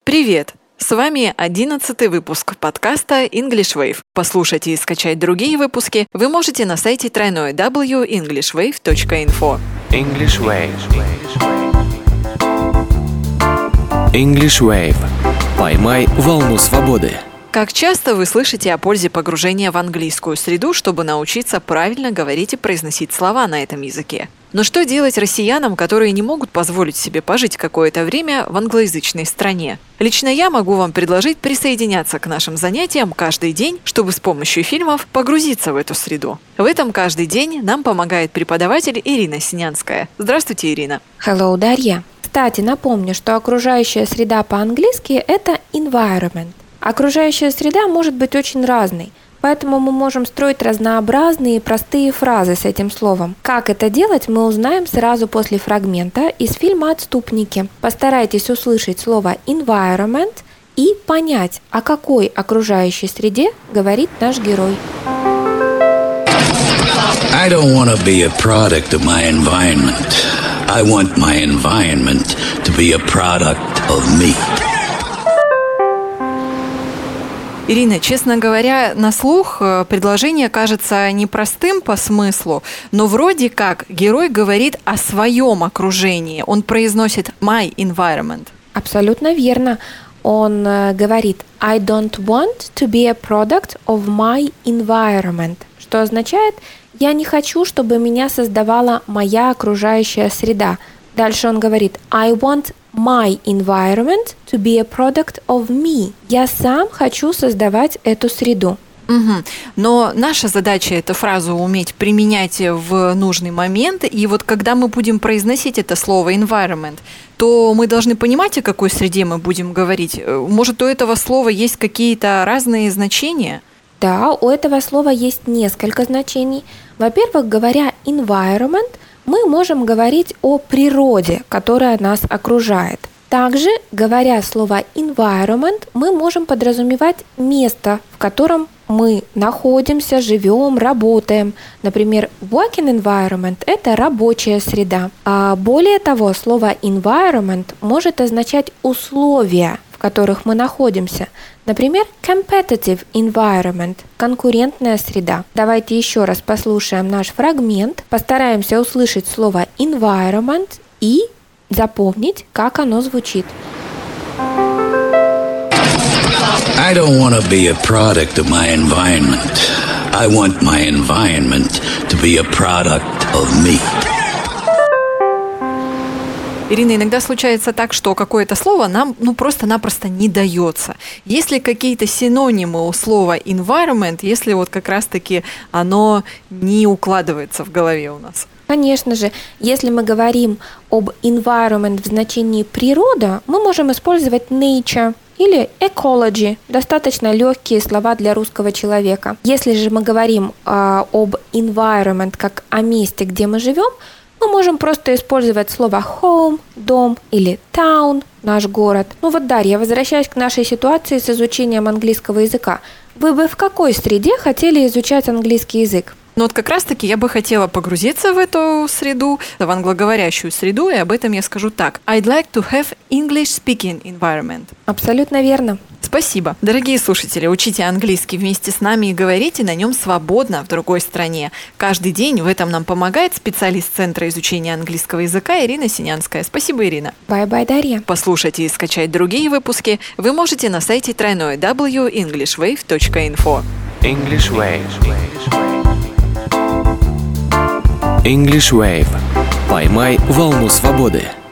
Привет! С вами 11-й выпуск подкаста English Wave. Послушать и скачать другие выпуски вы можете на сайте www.englishwave.info. English Wave. English Wave. Поймай волну свободы. Как часто вы слышите о пользе погружения в английскую среду, чтобы научиться правильно говорить и произносить слова на этом языке? Но что делать россиянам, которые не могут позволить себе пожить какое-то время в англоязычной стране? Лично я могу вам предложить присоединяться к нашим занятиям каждый день, чтобы с помощью фильмов погрузиться в эту среду. В этом каждый день нам помогает преподаватель Ирина Синянская. Здравствуйте, Ирина. Hello, Дарья. Кстати, напомню, что окружающая среда по-английски – это environment. Окружающая среда может быть очень разной, поэтому мы можем строить разнообразные и простые фразы с этим словом. Как это делать, мы узнаем сразу после фрагмента из фильма «Отступники». Постарайтесь услышать слово environment и понять, о какой окружающей среде говорит наш герой. I don't want to be a product of my environment. I want my environment to be a product of me. Ирина, честно говоря, на слух предложение кажется непростым по смыслу, но вроде как герой говорит о своем окружении. Он произносит my environment. Абсолютно верно. Он говорит I don't want to be a product of my environment, что означает «я не хочу, чтобы меня создавала моя окружающая среда». Дальше он говорит I want my environment to be a product of me. Я сам хочу создавать эту среду. Угу. Но наша задача эту фразу уметь применять в нужный момент. И вот когда мы будем произносить это слово environment, то мы должны понимать, о какой среде мы будем говорить. Может, у этого слова есть какие-то разные значения? Да, у этого слова есть несколько значений. Во-первых, говоря environment, мы можем говорить о природе, которая нас окружает. Также, говоря слово environment, мы можем подразумевать место, в котором мы находимся, живем, работаем. Например, working environment – это рабочая среда. А более того, слово environment может означать условия, в которых мы находимся. Например, competitive environment – конкурентная среда. Давайте еще раз послушаем наш фрагмент, постараемся услышать слово environment и запомнить, как оно звучит. I don't want to be a product of my environment. I want my environment to be a product of me. Ирина, иногда случается так, что какое-то слово нам просто-напросто не дается. Есть ли какие-то синонимы у слова environment, если вот как раз-таки оно не укладывается в голове у нас? Конечно же, если мы говорим об environment в значении природа, мы можем использовать nature или ecology, достаточно легкие слова для русского человека. Если же мы говорим об environment как о месте, где мы живем, мы можем просто использовать слово home, дом или town, наш город. Дарья, возвращаясь к нашей ситуации с изучением английского языка, вы бы в какой среде хотели изучать английский язык? Как раз-таки я бы хотела погрузиться в эту среду, в англоговорящую среду, и об этом я скажу так. I'd like to have English-speaking environment. Абсолютно верно. Спасибо. Дорогие слушатели, учите английский вместе с нами и говорите на нем свободно в другой стране. Каждый день в этом нам помогает специалист Центра изучения английского языка Ирина Синянская. Спасибо, Ирина. Bye-bye, Дарья. Послушать и скачать другие выпуски вы можете на сайте www.englishwave.info. English Wave. English Wave. Поймай волну свободы.